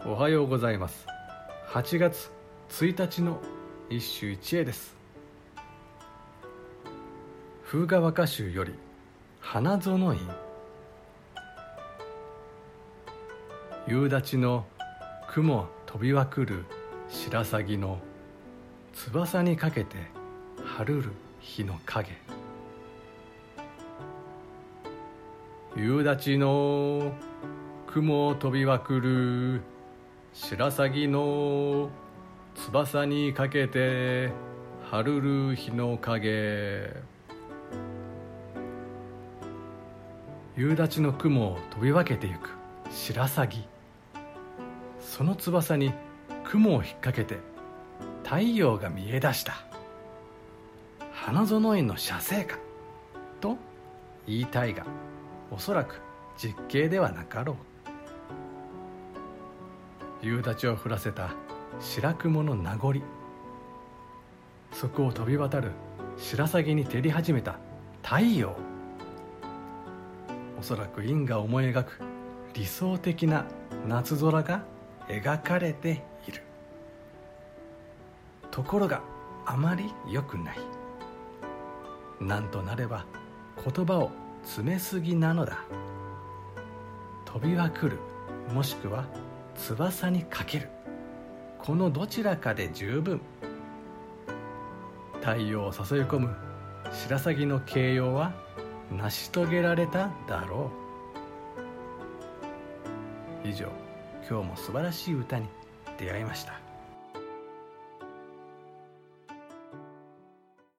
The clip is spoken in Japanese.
おはようございます。8月1日の一首一会です。風雅和歌集より花園院。夕立の雲飛びわくる白鷺の翼にかけて晴るる日の影。夕立の雲飛びわくる白鷺の翼にかけて晴るる日の影。夕立の雲を飛び分けてゆく白鷺、その翼に雲を引っ掛けて太陽が見え出した。花園院の写生かと言いたいが、おそらく実景ではなかろう。夕立を降らせた白雲の名残、そこを飛び渡る白鷺に照り始めた太陽、おそらく院が思い描く理想的な夏空が描かれている。ところがあまり良くない。なんとなれば言葉を詰めすぎなのだ。飛びわくる、もしくは翼にかける、このどちらかで十分。太陽を誘い込む白鷺の形容は成し遂げられただろう。以上、今日も素晴らしい歌に出会いました。